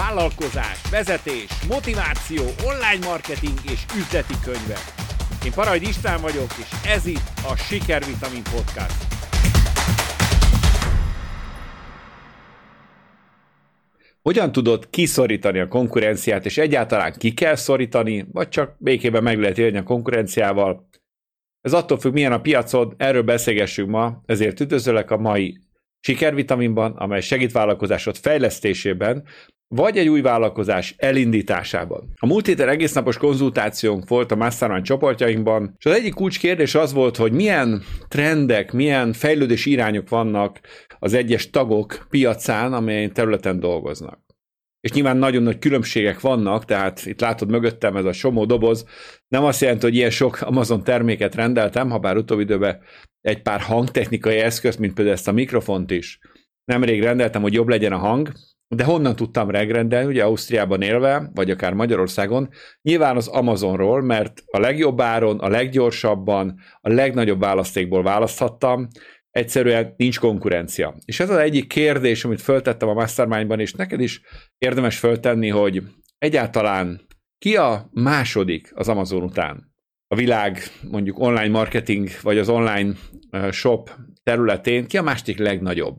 vállalkozás, vezetés, motiváció, online marketing és üzleti könyvek. Én Parajd István vagyok, és ez itt a Sikervitamin Podcast. Hogyan tudod kiszorítani a konkurenciát, és egyáltalán ki kell szorítani, vagy csak békében meg lehet élni a konkurenciával? Ez attól függ, milyen a piacod, erről beszélgessünk ma, ezért üdvözöllek a mai Sikervitaminban, amely segít vállalkozásod fejlesztésében, vagy egy új vállalkozás elindításában. A múlt héten egész napos konzultációnk volt a Mastermind csoportjainkban, és az egyik kulcskérdés az volt, hogy milyen trendek, milyen fejlődési irányok vannak az egyes tagok piacán, amelyen területen dolgoznak. És nyilván nagyon nagy különbségek vannak, tehát itt látod mögöttem ez a somó doboz, nem azt jelenti, hogy ilyen sok Amazon terméket rendeltem, ha bár utóbbi időben egy pár hangtechnikai eszközt, mint például ezt a mikrofont is. Nemrég rendeltem, hogy jobb legyen a hang, de honnan tudtam megrendelni, ugye Ausztriában élve, vagy akár Magyarországon, nyilván az Amazonról, mert a legjobb áron, a leggyorsabban, a legnagyobb választékból választhattam, egyszerűen nincs konkurencia. És ez az egyik kérdés, amit föltettem a Mastermindban, és neked is érdemes föltenni, hogy egyáltalán ki a második az Amazon után? A világ mondjuk online marketing, vagy az online shop területén ki a második legnagyobb?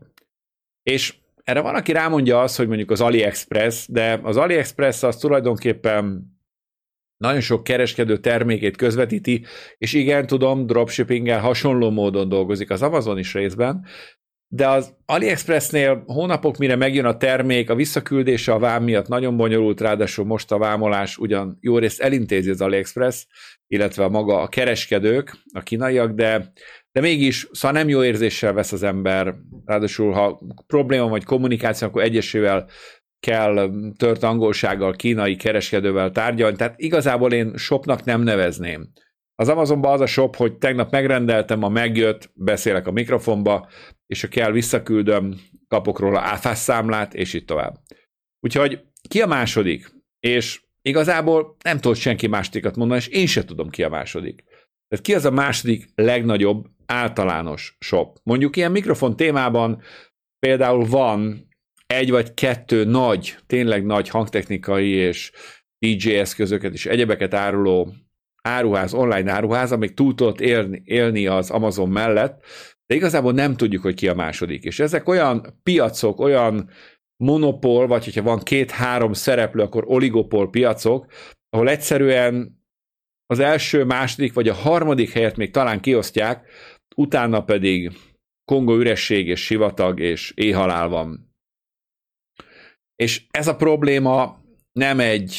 És erre van, aki rámondja azt, hogy mondjuk az AliExpress, de az AliExpress az tulajdonképpen nagyon sok kereskedő termékét közvetíti, és igen, tudom, dropshippinggel hasonló módon dolgozik az Amazon is részben, de az AliExpressnél hónapok mire megjön a termék, a visszaküldése a vám miatt nagyon bonyolult, ráadásul most a vámolás ugyan jó részt elintézi az AliExpress, illetve maga a kereskedők, a kínaiak, de mégis, szóval nem jó érzéssel vesz az ember, ráadásul ha probléma vagy kommunikáció, akkor egyesével kell tört angolsággal, kínai kereskedővel tárgyalni, tehát igazából én shopnak nem nevezném. Az Amazonban az a shop, hogy tegnap megrendeltem, ma megjött, beszélek a mikrofonba, és ha kell, visszaküldöm, kapok róla áfás számlát, és így tovább. Úgyhogy ki a második? És igazából nem tudod senki másodikat mondani, és én se tudom ki a második. Tehát ki az a második legnagyobb általános shop? Mondjuk ilyen mikrofon témában például van egy vagy kettő nagy, tényleg nagy hangtechnikai és DJ eszközöket és egyebeket áruló áruház, online áruház, amíg túl tudott élni az Amazon mellett, de igazából nem tudjuk, hogy ki a második. És ezek olyan piacok, olyan monopól, vagy hogyha van 2-3 szereplő, akkor oligopól piacok, ahol egyszerűen az első, második vagy a harmadik helyet még talán kiosztják, utána pedig Kongó üresség és sivatag és éhhalál van. És ez a probléma nem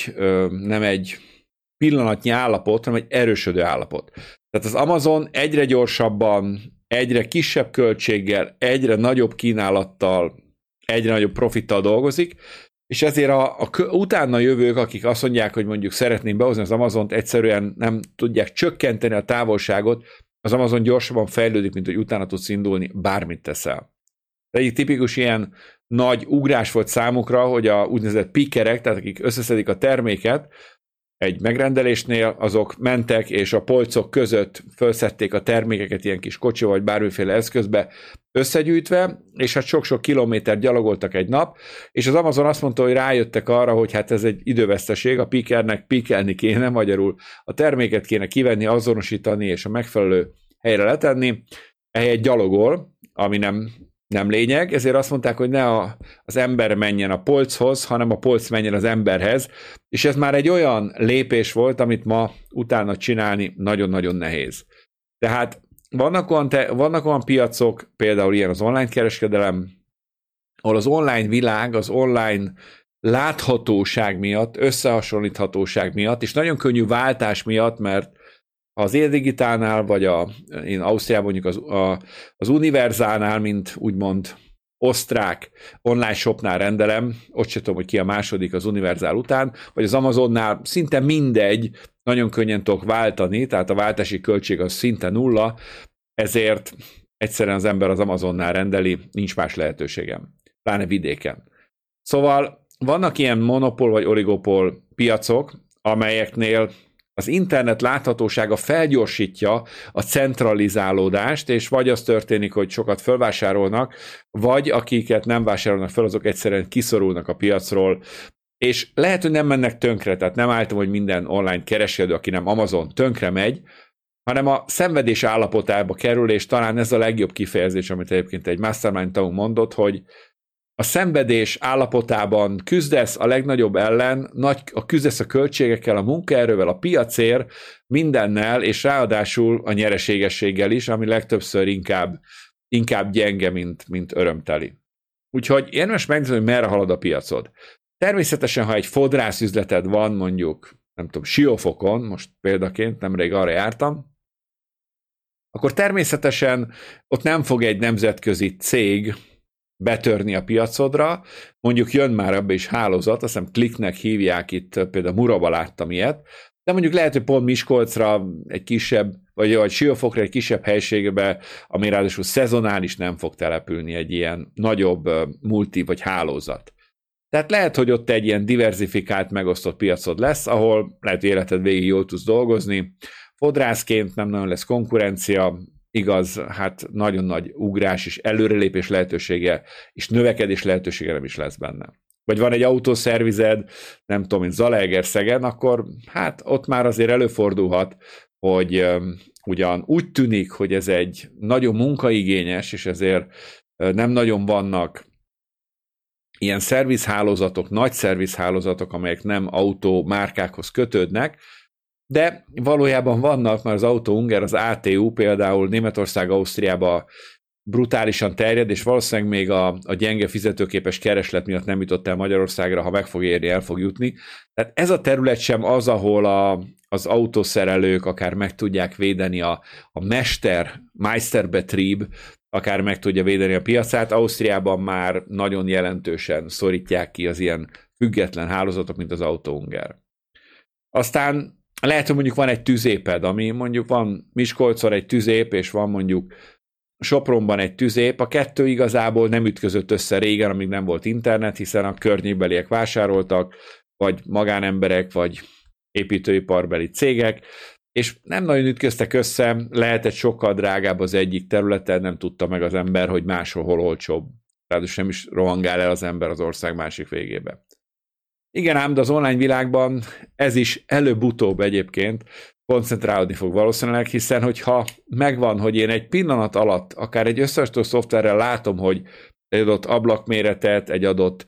egy pillanatnyi állapot, hanem egy erősödő állapot. Tehát az Amazon egyre gyorsabban, egyre kisebb költséggel, egyre nagyobb kínálattal, egyre nagyobb profittal dolgozik, és ezért utána jövők, akik azt mondják, hogy mondjuk szeretném behozni az Amazont, egyszerűen nem tudják csökkenteni a távolságot, az Amazon gyorsabban fejlődik, mint hogy utána tudsz indulni, bármit teszel. Egyik tipikus ilyen nagy ugrás volt számukra, hogy a úgynevezett pickerek, tehát akik összeszedik a terméket egy megrendelésnél, azok mentek, és a polcok között felszedték a termékeket ilyen kis kocsi vagy bármiféle eszközbe összegyűjtve, és hát sok-sok kilométert gyalogoltak egy nap, és az Amazon azt mondta, hogy rájöttek arra, hogy hát ez egy időveszteség, a pickernek pikelni kéne, magyarul a terméket kéne kivenni, azonosítani, és a megfelelő helyre letenni, ehelyett gyalogol, ami nem lényeg, ezért azt mondták, hogy ne az ember menjen a polchoz, hanem a polc menjen az emberhez, és ez már egy olyan lépés volt, amit ma utána csinálni nagyon-nagyon nehéz. Tehát vannak olyan piacok, például ilyen az online kereskedelem, ahol az online világ, az online láthatóság miatt, összehasonlíthatóság miatt, és nagyon könnyű váltás miatt, mert az Éldigitálnál, vagy én Ausztriában mondjuk az Univerzálnál, mint úgymond osztrák online shopnál rendelem, ott sem tudom, hogy ki a második az Univerzál után, vagy az Amazonnál szinte mindegy, nagyon könnyen tudok váltani, tehát a váltási költség az szinte nulla, ezért egyszerűen az ember az Amazonnál rendeli, nincs más lehetőségem, pláne vidéken. Szóval vannak ilyen monopól vagy oligopól piacok, amelyeknél az internet láthatósága felgyorsítja a centralizálódást, és vagy az történik, hogy sokat felvásárolnak, vagy akiket nem vásárolnak fel, azok egyszerűen kiszorulnak a piacról, És lehet, hogy nem mennek tönkre, tehát nem állítom, hogy minden online kereskedő, aki nem Amazon, tönkre megy, hanem a szenvedés állapotába kerül, és talán ez a legjobb kifejezés, amit egyébként egy mastermind tagunk mondott, hogy a szenvedés állapotában küzdesz a legnagyobb ellen, küzdesz a költségekkel, a munkaerővel, a piacért, mindennel, és ráadásul a nyereségességgel is, ami legtöbbször inkább gyenge, mint örömteli. Úgyhogy érdemes megnézni, hogy merre halad a piacod. Természetesen, ha egy fodrász üzleted van, mondjuk, nem tudom, Siófokon, most példaként, nemrég arra jártam, akkor természetesen ott nem fog egy nemzetközi cég betörni a piacodra, mondjuk jön már ebbe is hálózat, azt hiszem Clicknek hívják, itt például Muraba láttam ilyet, de mondjuk lehet, hogy pont Miskolcra egy kisebb, vagy Siófokra egy kisebb helységbe, ami ráadásul szezonális, nem fog települni egy ilyen nagyobb multi vagy hálózat. Tehát lehet, hogy ott egy ilyen diversifikált, megosztott piacod lesz, ahol lehet, hogy életed végig jól tudsz dolgozni. Fodrászként nem nagyon lesz konkurencia, igaz, hát nagyon nagy ugrás és előrelépés lehetősége, és növekedés lehetősége nem is lesz benne. Vagy van egy autószervized, nem tudom, mint Zalaegerszegen, akkor hát ott már azért előfordulhat, hogy ugyan úgy tűnik, hogy ez egy nagyon munkaigényes, és ezért nem nagyon vannak ilyen szervizhálózatok, nagy szervizhálózatok, amelyek nem autómárkákhoz kötődnek, de valójában vannak, mert az Auto-Unger, az ATU például Németország, Ausztriába brutálisan terjed, és valószínűleg még a gyenge fizetőképes kereslet miatt nem jutott el Magyarországra, ha meg fog érni, el fog jutni. Tehát ez a terület sem az, ahol az autószerelők akár meg tudják védeni a Meisterbetrieb, akár meg tudja védeni a piacát. Ausztriában már nagyon jelentősen szorítják ki az ilyen független hálózatok, mint az Auto-Unger. Aztán lehet, hogy mondjuk van egy tüzéped, ami mondjuk van Miskolcon egy tüzép, és van mondjuk Sopronban egy tüzép. A kettő igazából nem ütközött össze régen, amíg nem volt internet, hiszen a környékbeliek vásároltak, vagy magánemberek, vagy építőiparbeli cégek, és nem nagyon ütköztek össze, lehetett sokkal drágább az egyik területen, nem tudta meg az ember, hogy máshol hol olcsóbb. Tehát nem is rohangál el az ember az ország másik végébe. Igen ám, de az online világban ez is előbb-utóbb egyébként koncentrálódni fog valószínűleg, hiszen hogyha megvan, hogy én egy pillanat alatt, akár egy összehasonlító szoftverrel látom, hogy egy adott ablakméretet, egy adott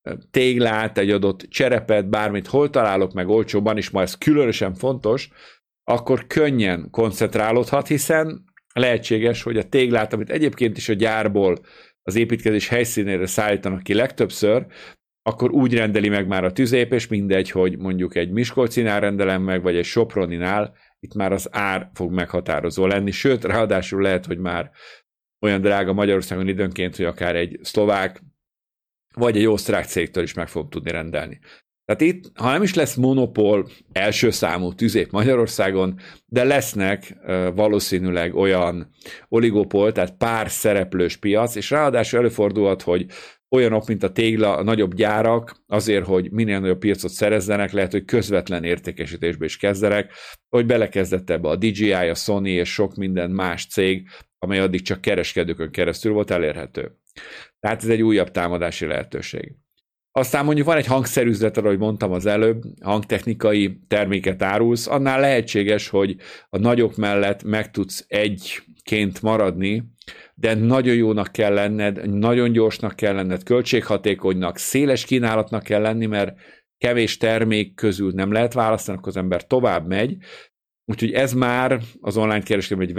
téglát, egy adott cserepet, bármit hol találok meg olcsóban, és ma ez különösen fontos, akkor könnyen koncentrálódhat, hiszen lehetséges, hogy a téglát, amit egyébként is a gyárból az építkezés helyszínére szállítanak ki legtöbbször, akkor úgy rendeli meg már a tüzép, és mindegy, hogy mondjuk egy Miskolcinál rendelem meg, vagy egy Soproninál, itt már az ár fog meghatározó lenni, sőt, ráadásul lehet, hogy már olyan drága Magyarországon időnként, hogy akár egy szlovák, vagy egy osztrák cégtől is meg fogom tudni rendelni. Tehát itt, ha nem is lesz monopól első számú tüzép Magyarországon, de lesznek valószínűleg olyan oligopol, tehát pár szereplős piac, és ráadásul előfordulhat, hogy olyanok, mint a tégla, a nagyobb gyárak, azért, hogy minél nagyobb piacot szerezzenek, lehet, hogy közvetlen értékesítésbe is kezdenek, hogy belekezdett ebbe a DJI, a Sony és sok minden más cég, amely addig csak kereskedőkön keresztül volt elérhető. Tehát ez egy újabb támadási lehetőség. Aztán mondjuk van egy hangszerüzleted, ahogy mondtam az előbb, hangtechnikai terméket árulsz, annál lehetséges, hogy a nagyok mellett meg tudsz egyként maradni, de nagyon jónak kell lenned, nagyon gyorsnak kell lenned, költséghatékonynak, széles kínálatnak kell lenni, mert kevés termék közül nem lehet választani, akkor az ember tovább megy, úgyhogy ez már az online kereskedelem egy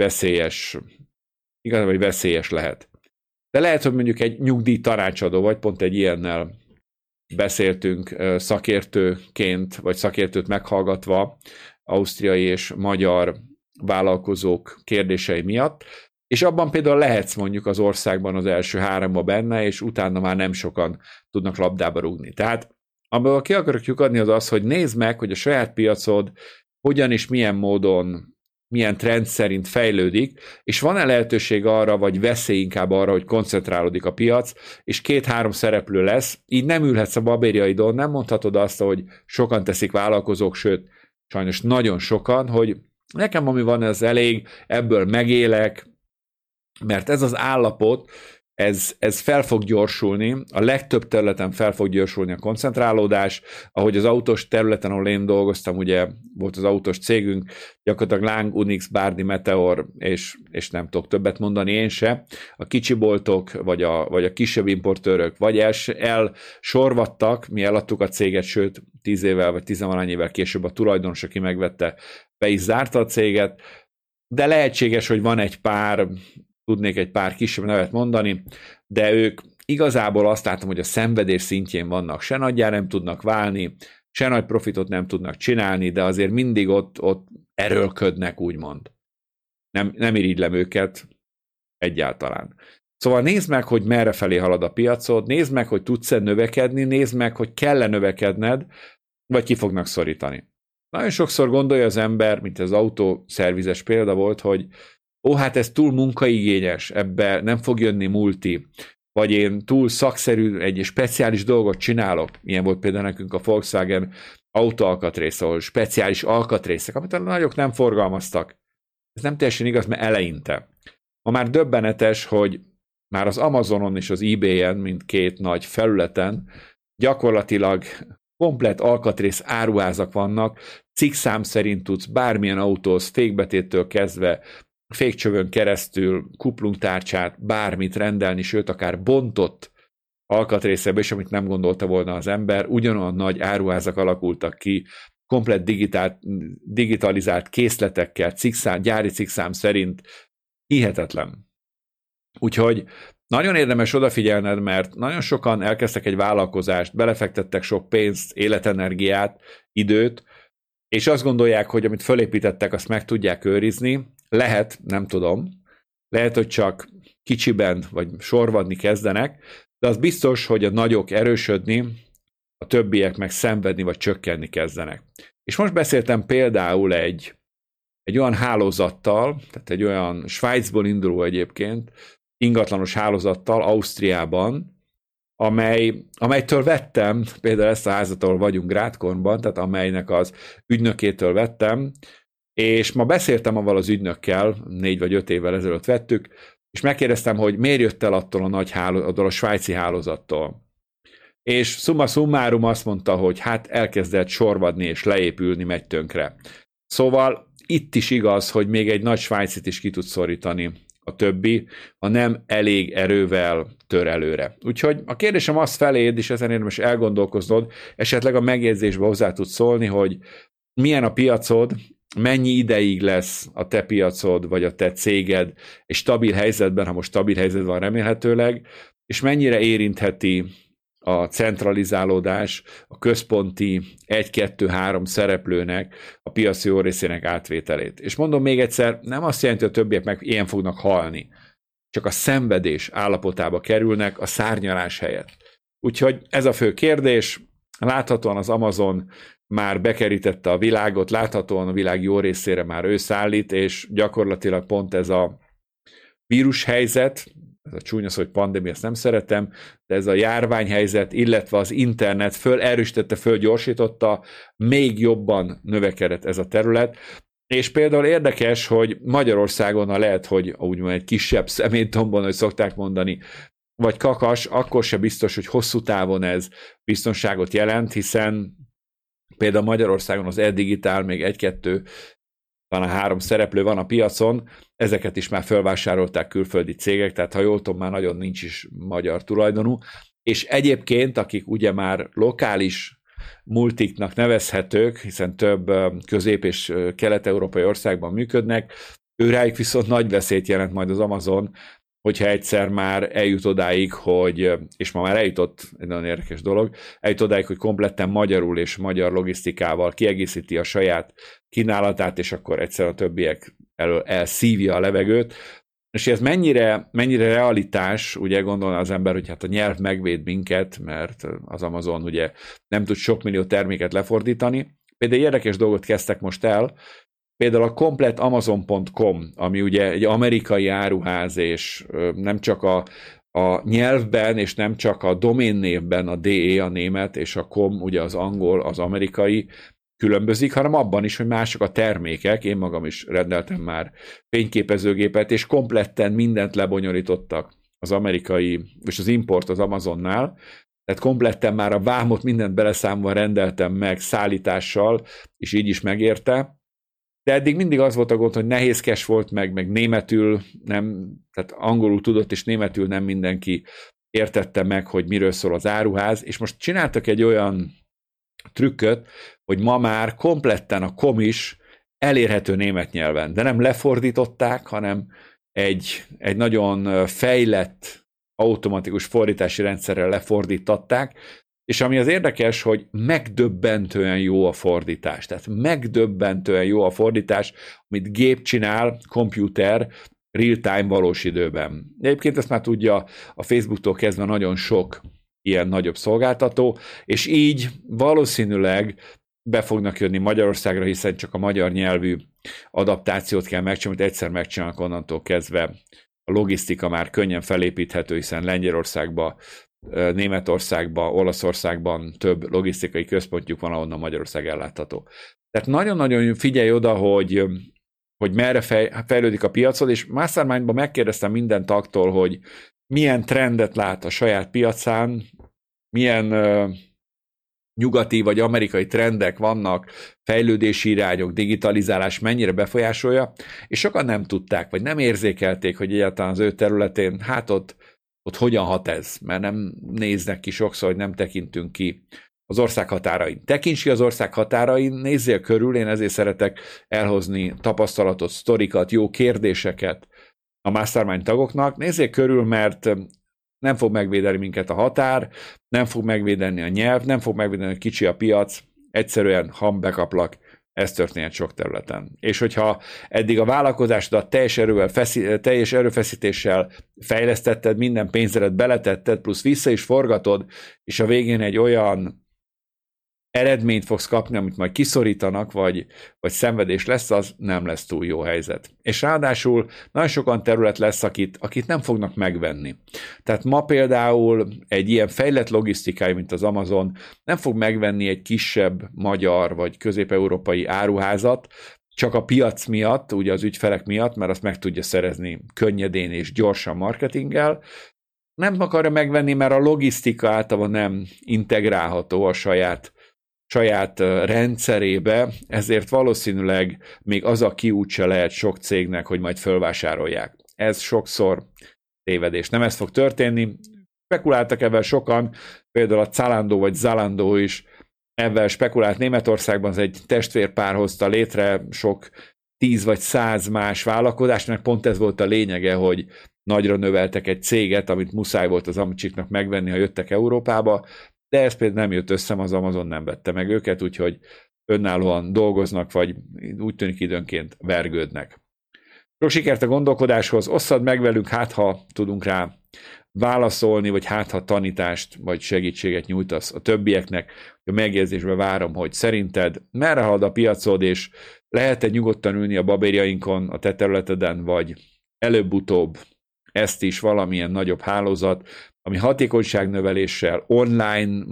veszélyes lehet. De lehet, hogy mondjuk egy nyugdíj tanácsadó, vagy pont egy ilyennel beszéltünk szakértőként, vagy szakértőt meghallgatva ausztriai és magyar vállalkozók kérdései miatt, és abban például lehetsz mondjuk az országban az első 3-ba benne, és utána már nem sokan tudnak labdába rúgni. Tehát amiből ki akarok lyukadni az az, hogy nézd meg, hogy a saját piacod hogyan és milyen módon, milyen trend szerint fejlődik, és van-e lehetőség arra, vagy veszély inkább arra, hogy koncentrálódik a piac, és 2-3 szereplő lesz, így nem ülhetsz a babérjaidon, nem mondhatod azt, hogy sokan teszik vállalkozók, sőt, sajnos nagyon sokan, hogy nekem ami van, ez elég, ebből megélek, mert ez az állapot, ez fel fog gyorsulni, a legtöbb területen fel fog gyorsulni a koncentrálódás, ahogy az autós területen, ahol én dolgoztam, ugye volt az autós cégünk, gyakorlatilag Lang, Unix, Bárdi, Meteor, és nem tudok többet mondani én se. A kicsi boltok, vagy a kisebb importőrök, vagy elsorvadtak, mi eladtuk a céget, sőt 10 évvel, vagy 10-valány évvel később a tulajdonos, aki megvette, be is zárta a céget, de lehetséges, hogy van egy pár, tudnék egy pár kisebb nevet mondani, de ők igazából azt látom, hogy a szenvedés szintjén vannak, se nagyjára nem tudnak válni, se nagy profitot nem tudnak csinálni, de azért mindig ott erőlködnek, úgymond. Nem irigylem őket egyáltalán. Szóval nézd meg, hogy merre felé halad a piacod, nézd meg, hogy tudsz-e növekedni, nézd meg, hogy kell-e növekedned, vagy ki fognak szorítani. Nagyon sokszor gondolja az ember, mint az autószervizes példa volt, hogy hát ez túl munkaigényes, ebbe nem fog jönni multi, vagy én túl szakszerű, egy speciális dolgot csinálok. Ilyen volt például nekünk a Volkswagen autóalkatrész, ahol speciális alkatrészek, amit a nagyok nem forgalmaztak. Ez nem teljesen igaz, mert eleinte. Ma már döbbenetes, hogy már az Amazonon és az eBay-en, mint két nagy felületen, gyakorlatilag komplett alkatrész áruházak vannak, cikkszám szerint tudsz bármilyen autóhoz, fékbetéttől kezdve, fékcsövön keresztül, kuplungtárcsát, bármit rendelni, sőt, akár bontott alkatrészebe is, amit nem gondolta volna az ember. Ugyanolyan nagy áruházak alakultak ki, komplett digitalizált készletekkel, gyári cikkszám szerint. Hihetetlen. Úgyhogy nagyon érdemes odafigyelned, mert nagyon sokan elkezdtek egy vállalkozást, belefektettek sok pénzt, életenergiát, időt, és azt gondolják, hogy amit fölépítettek, azt meg tudják őrizni. Lehet, nem tudom, lehet, hogy csak kicsiben vagy sorvadni kezdenek, de az biztos, hogy a nagyok erősödni, a többiek meg szenvedni vagy csökkenni kezdenek. És most beszéltem például egy olyan hálózattal, tehát egy olyan Svájcból induló egyébként, ingatlanos hálózattal Ausztriában, amelytől vettem, például ezt a házat, ahol vagyunk Grátkornban, tehát amelynek az ügynökétől vettem, és ma beszéltem avval az ügynökkel, 4 vagy 5 évvel ezelőtt vettük, és megkérdeztem, hogy miért jött el attól a svájci hálózattól. És summa summarum azt mondta, hogy hát elkezdett sorvadni és leépülni, megy tönkre. Szóval itt is igaz, hogy még egy nagy svájcit is ki tud szorítani a többi, ha nem elég erővel tör előre. Úgyhogy a kérdésem az feléd, és ezen érdemes elgondolkoznod, esetleg a megjegyzésbe hozzá tudsz szólni, hogy milyen a piacod, mennyi ideig lesz a te piacod, vagy a te céged egy stabil helyzetben, ha most stabil helyzet van remélhetőleg, és mennyire érintheti a centralizálódás, a központi 1-2-3 szereplőnek, a piaci jó részének átvételét. És mondom még egyszer, nem azt jelenti, hogy a többiek meg ilyen fognak halni, csak a szenvedés állapotába kerülnek a szárnyalás helyett. Úgyhogy ez a fő kérdés. Láthatóan az Amazon már bekerítette a világot, láthatóan a világ jó részére már ő szállít, és gyakorlatilag pont ez a vírushelyzet, ez a csúnya szó, hogy pandémia, ezt nem szeretem, de ez a járványhelyzet, illetve az internet erősítette, fölgyorsította, még jobban növekedett ez a terület, és például érdekes, hogy Magyarországon lehet, hogy úgymond egy kisebb szemétdombon, hogy szokták mondani, vagy kakas, akkor se biztos, hogy hosszú távon ez biztonságot jelent, hiszen például Magyarországon az e-digitál még 1-2, talán 3 szereplő van a piacon, ezeket is már felvásárolták külföldi cégek, tehát ha jól tudom, már nagyon nincs is magyar tulajdonú, és egyébként, akik ugye már lokális multiknak nevezhetők, hiszen több közép- és kelet-európai országban működnek, őrájuk viszont nagy veszélyt jelent majd az Amazon, hogyha egyszer már eljut odáig, hogy, és ma már eljutott, egy nagyon érdekes dolog, eljut odáig, hogy kompletten magyarul és magyar logisztikával kiegészíti a saját kínálatát, és akkor egyszer a többiek elől elszívja a levegőt. És ez mennyire realitás, ugye gondolna az ember, hogy hát a nyelv megvéd minket, mert az Amazon ugye nem tud sok millió terméket lefordítani. Például érdekes dolgot kezdtek most el, például a komplet Amazon.com, ami ugye egy amerikai áruház, és nem csak a nyelvben, és nem csak a doménnévben a DE a német, és a com ugye az angol, az amerikai különbözik, hanem abban is, hogy mások a termékek. Én magam is rendeltem már fényképezőgépet, és kompletten mindent lebonyolítottak az amerikai, és az import az Amazonnál, tehát kompletten már a vámot mindent beleszámolva rendeltem meg szállítással, és így is megérte. De eddig mindig az volt a gond, hogy nehézkes volt, meg németül nem, tehát angolul tudott, és németül nem mindenki értette meg, hogy miről szól az áruház, és most csináltak egy olyan trükköt, hogy ma már kompletten a komis elérhető német nyelven, de nem lefordították, hanem egy nagyon fejlett automatikus fordítási rendszerrel lefordítatták, és ami az érdekes, hogy megdöbbentően jó a fordítás. Tehát megdöbbentően jó a fordítás, amit gép csinál, komputer, real-time valós időben. Egyébként ezt már tudja a Facebooktól kezdve nagyon sok ilyen nagyobb szolgáltató, és így valószínűleg be fognak jönni Magyarországra, hiszen csak a magyar nyelvű adaptációt kell megcsinálni, amit egyszer megcsinálnak, onnantól kezdve a logisztika már könnyen felépíthető, hiszen Lengyelországban, Németországban, Olaszországban több logisztikai központjuk van, ahonnan Magyarország ellátható. Tehát nagyon-nagyon figyelj oda, hogy merre fejlődik a piacod, és Mastermindban megkérdeztem minden tagtól, hogy milyen trendet lát a saját piacán, milyen nyugati vagy amerikai trendek vannak, fejlődési irányok, digitalizálás mennyire befolyásolja, és sokan nem tudták, vagy nem érzékelték, hogy egyáltalán az ő területén, hát ott hogyan hat ez, mert nem néznek ki sokszor, hogy nem tekintünk ki az ország határain. Tekints ki az ország határain, nézzél körül, én ezért szeretek elhozni tapasztalatot, sztorikat, jó kérdéseket a Mastermind tagoknak. Nézzél körül, mert nem fog megvédeni minket a határ, nem fog megvédeni a nyelv, nem fog megvédeni, hogy kicsi a piac, egyszerűen, ha bekaplak, ez történhet sok területen. És hogyha eddig a vállalkozásodat teljes erőfeszítéssel fejlesztetted, minden pénzedet beletetted, plusz vissza is forgatod, és a végén egy olyan eredményt fogsz kapni, amit majd kiszorítanak, vagy szenvedés lesz, az nem lesz túl jó helyzet. És ráadásul nagyon sokan terület lesz, akit nem fognak megvenni. Tehát ma például egy ilyen fejlett logisztikája, mint az Amazon, nem fog megvenni egy kisebb magyar vagy közép-európai áruházat, csak a piac miatt, ugye az ügyfelek miatt, mert azt meg tudja szerezni könnyedén és gyorsan marketinggel. Nem akarja megvenni, mert a logisztika általában nem integrálható a saját rendszerébe, ezért valószínűleg még az a kiút se lehet sok cégnek, hogy majd fölvásárolják. Ez sokszor tévedés. Nem ez fog történni. Spekuláltak ebben sokan, például a Zalando vagy Zalando is ebben spekulált Németországban, az egy testvérpár hozta létre sok 10 vagy 100 más vállalkozást, mert pont ez volt a lényege, hogy nagyra növeltek egy céget, amit muszáj volt az amcsiknak megvenni, ha jöttek Európába, de ez például nem jött össze, az Amazon nem vette meg őket, úgyhogy önállóan dolgoznak, vagy úgy tűnik időnként vergődnek. Sok sikert a gondolkodáshoz, osszad meg velünk, hát ha tudunk rá válaszolni, vagy hát ha tanítást, vagy segítséget nyújtasz a többieknek. A megjegyzésbe várom, hogy szerinted merre halad a piacod, és lehet-e nyugodtan ülni a babérjainkon a te területeden, vagy előbb-utóbb ezt is valamilyen nagyobb hálózat, ami hatékonyságnöveléssel, online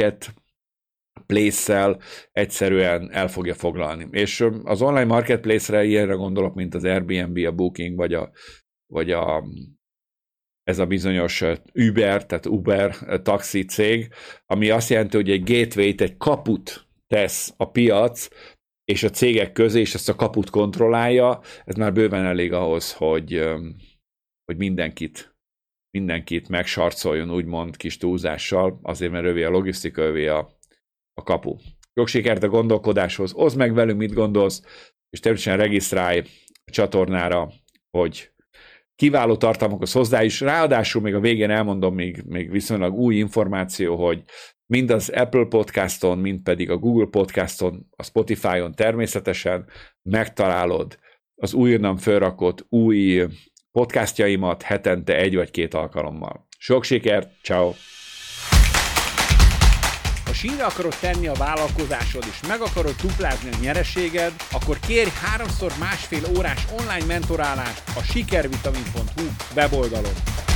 marketplace-szel egyszerűen el fogja foglalni. És az online marketplace-re ilyenre gondolok, mint az Airbnb, a Booking, vagy ez a bizonyos Uber, tehát Uber taxi cég, ami azt jelenti, hogy egy gateway-t, egy kaput tesz a piac, és a cégek közé, és ezt a kaput kontrollálja. Ez már bőven elég ahhoz, hogy mindenkit megsarcoljon, úgymond kis túlzással, azért, mert övé a logisztika, övé a kapu. Sok sikert a gondolkodáshoz, oszd meg velünk, mit gondolsz, és természetesen regisztrálj a csatornára, hogy kiváló tartalmakhoz hozzá is. Ráadásul még a végén elmondom még viszonylag új információ, hogy mind az Apple Podcaston, mind pedig a Google Podcaston, a Spotify-on természetesen megtalálod az újonnan felrakott új podcastjaimat hetente 1 vagy 2 alkalommal. Sok sikert, ciao. Ha sínre akarod tenni a vállalkozásod és meg akarod duplázni a nyereséged, akkor kérj 3x1,5 órás online mentorálást a sikervitamin.hu weboldalon.